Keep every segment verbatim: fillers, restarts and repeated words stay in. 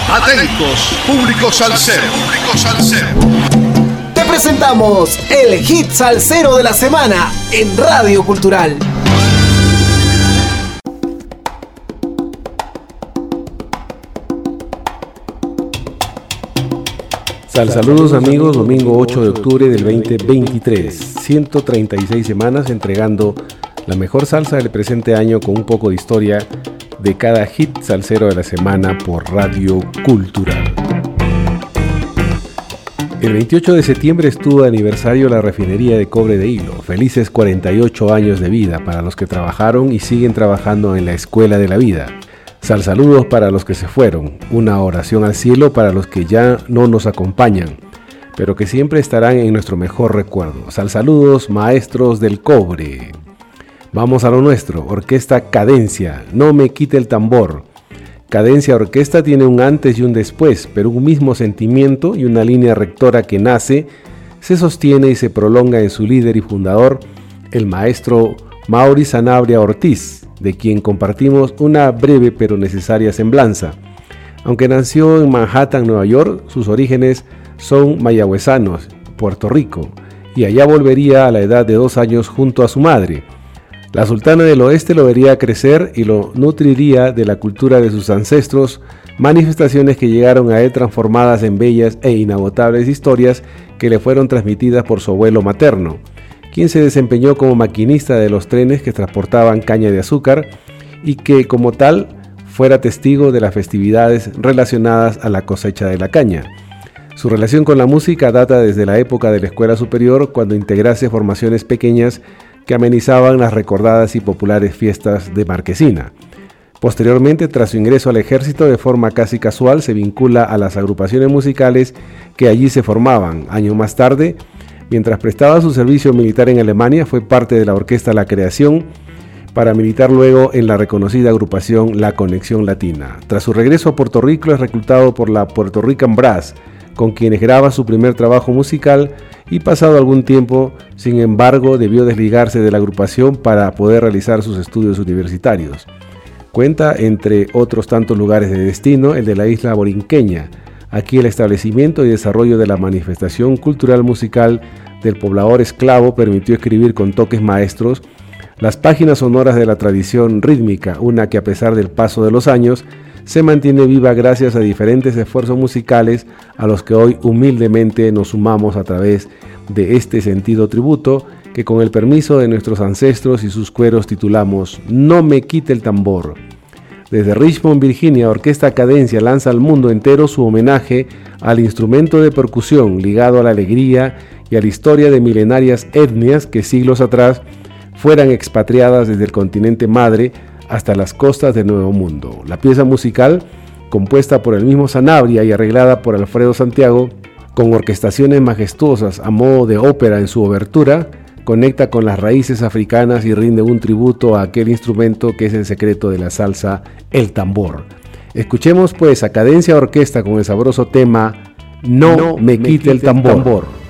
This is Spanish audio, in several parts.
Atentos, público salsero. Público salsero. Te presentamos el hit salsero de la semana en Radio Cultural. Sal saludos amigos, domingo ocho de octubre del veinte veintitrés, ciento treinta y seis semanas entregando la mejor salsa del presente año con un poco de historia de cada hit salsero de la semana por Radio Cultural. El veintiocho de septiembre estuvo de aniversario la refinería de cobre de Hilo. Felices cuarenta y ocho años de vida para los que trabajaron y siguen trabajando en la Escuela de la Vida. Sal saludos para los que se fueron, una oración al cielo para los que ya no nos acompañan, pero que siempre estarán en nuestro mejor recuerdo. Sal saludos, maestros del cobre. Vamos a lo nuestro, Orquesta Cadencia, no me quite el tambor. Cadencia Orquesta tiene un antes y un después, pero un mismo sentimiento y una línea rectora que nace, se sostiene y se prolonga en su líder y fundador, el maestro Mauri Sanabria Ortiz, de quien compartimos una breve pero necesaria semblanza. Aunque nació en Manhattan, Nueva York, sus orígenes son mayagüezanos, Puerto Rico, y allá volvería a la edad de dos años junto a su madre. La Sultana del Oeste lo vería crecer y lo nutriría de la cultura de sus ancestros, manifestaciones que llegaron a él transformadas en bellas e inagotables historias que le fueron transmitidas por su abuelo materno, quien se desempeñó como maquinista de los trenes que transportaban caña de azúcar y que, como tal, fuera testigo de las festividades relacionadas a la cosecha de la caña. Su relación con la música data desde la época de la escuela superior, cuando integrase formaciones pequeñas que amenizaban las recordadas y populares fiestas de Marquesina. Posteriormente, tras su ingreso al ejército de forma casi casual, se vincula a las agrupaciones musicales que allí se formaban. Años más tarde, mientras prestaba su servicio militar en Alemania, fue parte de la orquesta La Creación, para militar luego en la reconocida agrupación La Conexión Latina. Tras su regreso a Puerto Rico es reclutado por la Puerto Rican Brass, con quienes graba su primer trabajo musical y pasado algún tiempo, sin embargo, debió desligarse de la agrupación para poder realizar sus estudios universitarios. Cuenta, entre otros tantos lugares de destino, el de la isla borinqueña. Aquí el establecimiento y desarrollo de la manifestación cultural musical del poblador esclavo permitió escribir con toques maestros las páginas sonoras de la tradición rítmica, una que a pesar del paso de los años se mantiene viva gracias a diferentes esfuerzos musicales a los que hoy humildemente nos sumamos a través de este sentido tributo que, con el permiso de nuestros ancestros y sus cueros, titulamos No me quite el tambor. Desde Richmond, Virginia, Orquesta Cadencia lanza al mundo entero su homenaje al instrumento de percusión ligado a la alegría y a la historia de milenarias etnias que siglos atrás fueran expatriadas desde el continente madre hasta las costas del Nuevo Mundo. La pieza musical, compuesta por el mismo Sanabria y arreglada por Alfredo Santiago, con orquestaciones majestuosas a modo de ópera en su obertura, conecta con las raíces africanas y rinde un tributo a aquel instrumento que es el secreto de la salsa, el tambor. Escuchemos pues a Cadencia Orquesta con el sabroso tema No, no me, me quite el tambor. El tambor.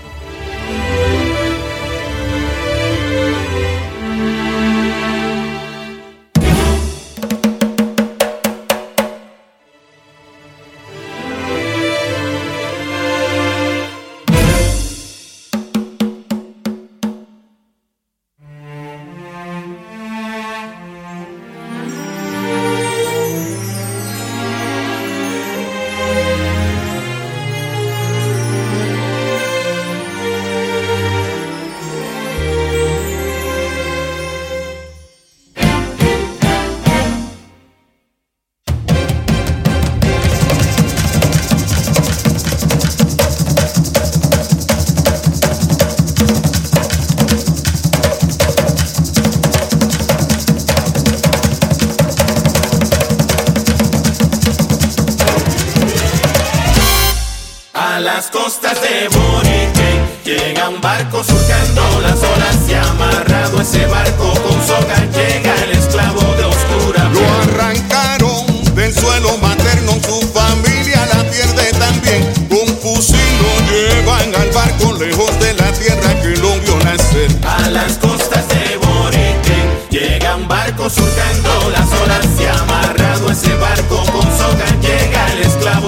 las costas de Boriquén llega un barco surcando las olas y amarrado ese barco con soga llega el esclavo de oscura piel. Lo arrancaron del suelo materno, su familia la pierde también. Un fusil lo llevan al barco lejos de la tierra que lo vio nacer. A las costas de Boriquén llega un barco surcando las olas y amarrado ese barco con soga llega el esclavo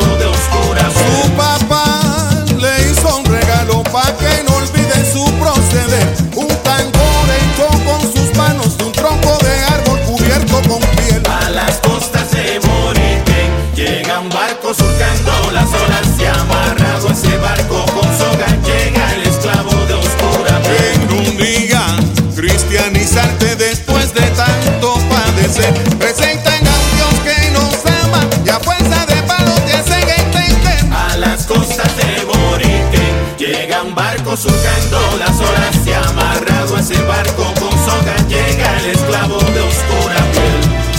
presentan a un Dios que nos ama y a fuerza de palos te hacen entender. A las costas de Boriquén llega un barco surcando las olas y amarrado a ese barco con soga llega el esclavo de oscura piel.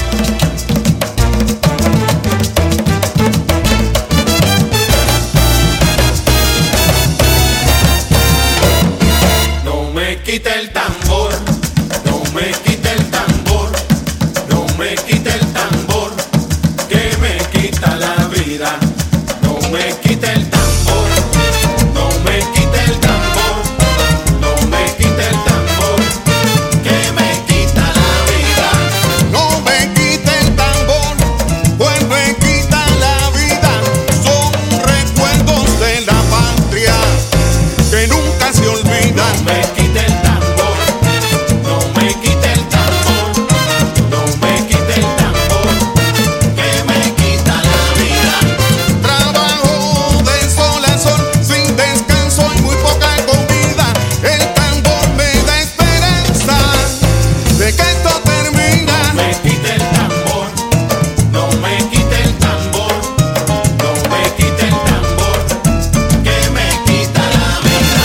No me quite el tambor, no me quite el tambor, no me quite el tambor, que me quita la vida. No me quite el tambor, no me quite el tambor, no me quite el tambor, que me quita la vida. No me quite el tambor, pues me quita la vida. Son recuerdos de la patria que nunca se olvidan. No me quite el tambor, no me quite el tambor, no me quite el tambor, que me quita la vida. Trabajo de sol a sol, sin descanso y muy poca comida. El tambor me da esperanza de que esto termina. No me quite el tambor, no me quite el tambor, no me quite el tambor, que me quita la vida.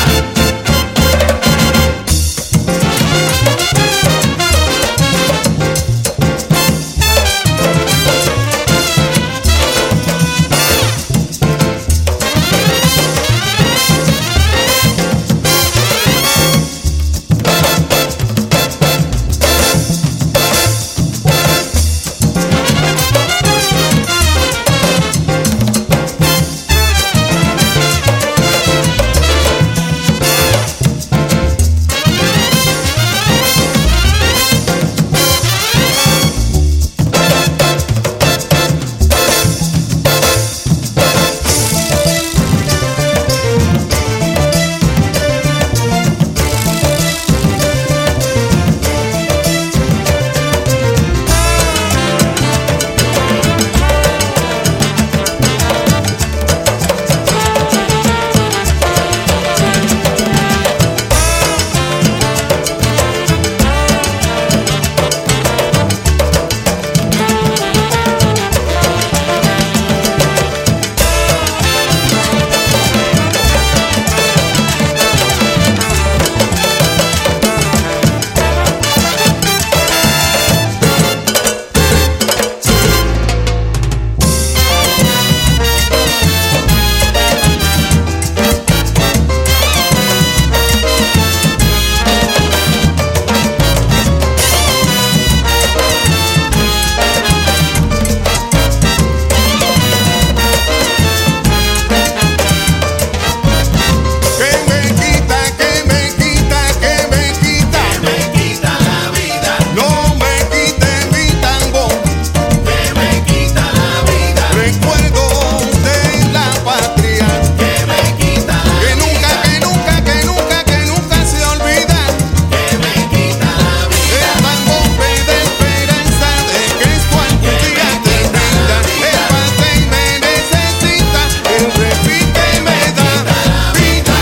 Que me quita, que me quita, que me quita. Que me quita la vida, No me quite mi tambor, que me quita la vida, recuerdos de la patria que me quita la que nunca, vida, que nunca, que nunca, que nunca se olvidan. que me quita la vida. El tambor me da esperanza de que esto algún día termina. El pastel me necesita, el repite me da vida.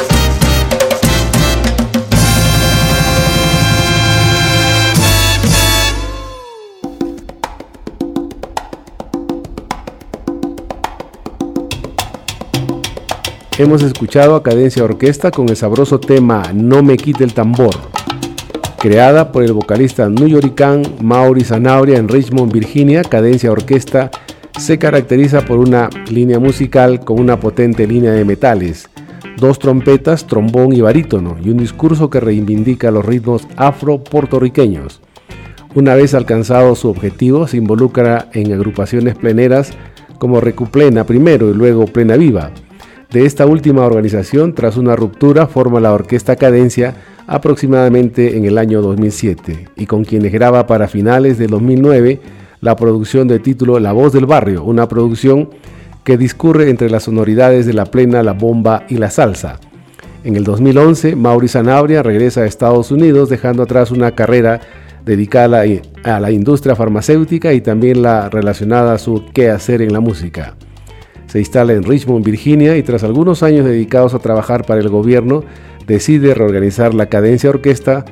Hemos escuchado a Cadencia Orquesta con el sabroso tema No me quite el tambor, creada por el vocalista nuyorican Mauri Zanabria en Richmond, Virginia. Cadencia Orquesta se caracteriza por una línea musical con una potente línea de metales, dos trompetas, trombón y barítono, y un discurso que reivindica los ritmos afro-puertorriqueños. Una vez alcanzado su objetivo, se involucra en agrupaciones pleneras como Recuplena primero y luego Plena Viva. De esta última organización, tras una ruptura, forma la Orquesta Cadencia aproximadamente en el año dos mil siete, y con quienes graba para finales de dos mil nueve la producción de título La Voz del Barrio, una producción que discurre entre las sonoridades de la plena, la bomba y la salsa. En el dos mil once, Mauri Zanabria regresa a Estados Unidos, dejando atrás una carrera dedicada a la, a la industria farmacéutica y también la relacionada a su quehacer en la música. Se instala en Richmond, Virginia, y tras algunos años dedicados a trabajar para el gobierno, decide reorganizar la Cadencia Orquesta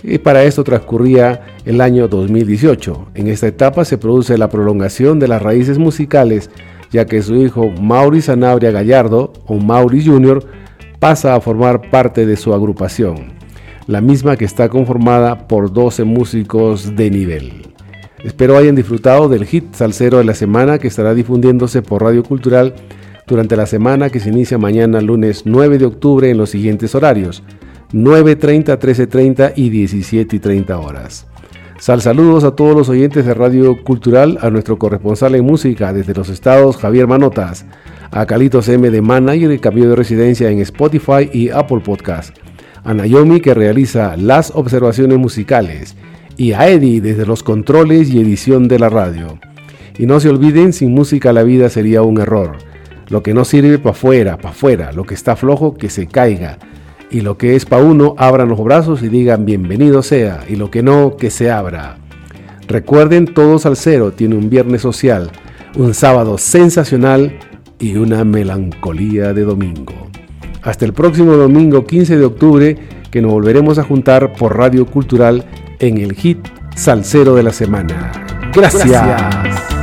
Y para esto transcurría el año dos mil dieciocho. En esta etapa se produce la prolongación de las raíces musicales, ya que su hijo Mauri Sanabria Gallardo, o Mauri junior, pasa a formar parte de su agrupación, la misma que está conformada por doce músicos de nivel. Espero hayan disfrutado del hit salsero de la semana, que estará difundiéndose por Radio Cultural durante la semana que se inicia mañana lunes nueve de octubre en los siguientes horarios: nueve treinta, trece treinta y diecisiete y treinta horas. Sal saludos a todos los oyentes de Radio Cultural, a nuestro corresponsal en música desde los estados, Javier Manotas, a Calitos M de Manager y cambio de residencia en Spotify y Apple Podcast, a Naomi, que realiza las observaciones musicales, y a Eddie desde los controles y edición de la radio. Y no se olviden, sin música la vida sería un error. Lo que no sirve pa' fuera, pa' fuera, lo que está flojo que se caiga. Y lo que es pa' uno, abran los brazos y digan bienvenido sea, y lo que no, que se abra. Recuerden, todo salsero tiene un viernes social, un sábado sensacional y una melancolía de domingo. Hasta el próximo domingo quince de octubre, que nos volveremos a juntar por Radio Cultural en el hit salsero de la semana. Gracias. Gracias.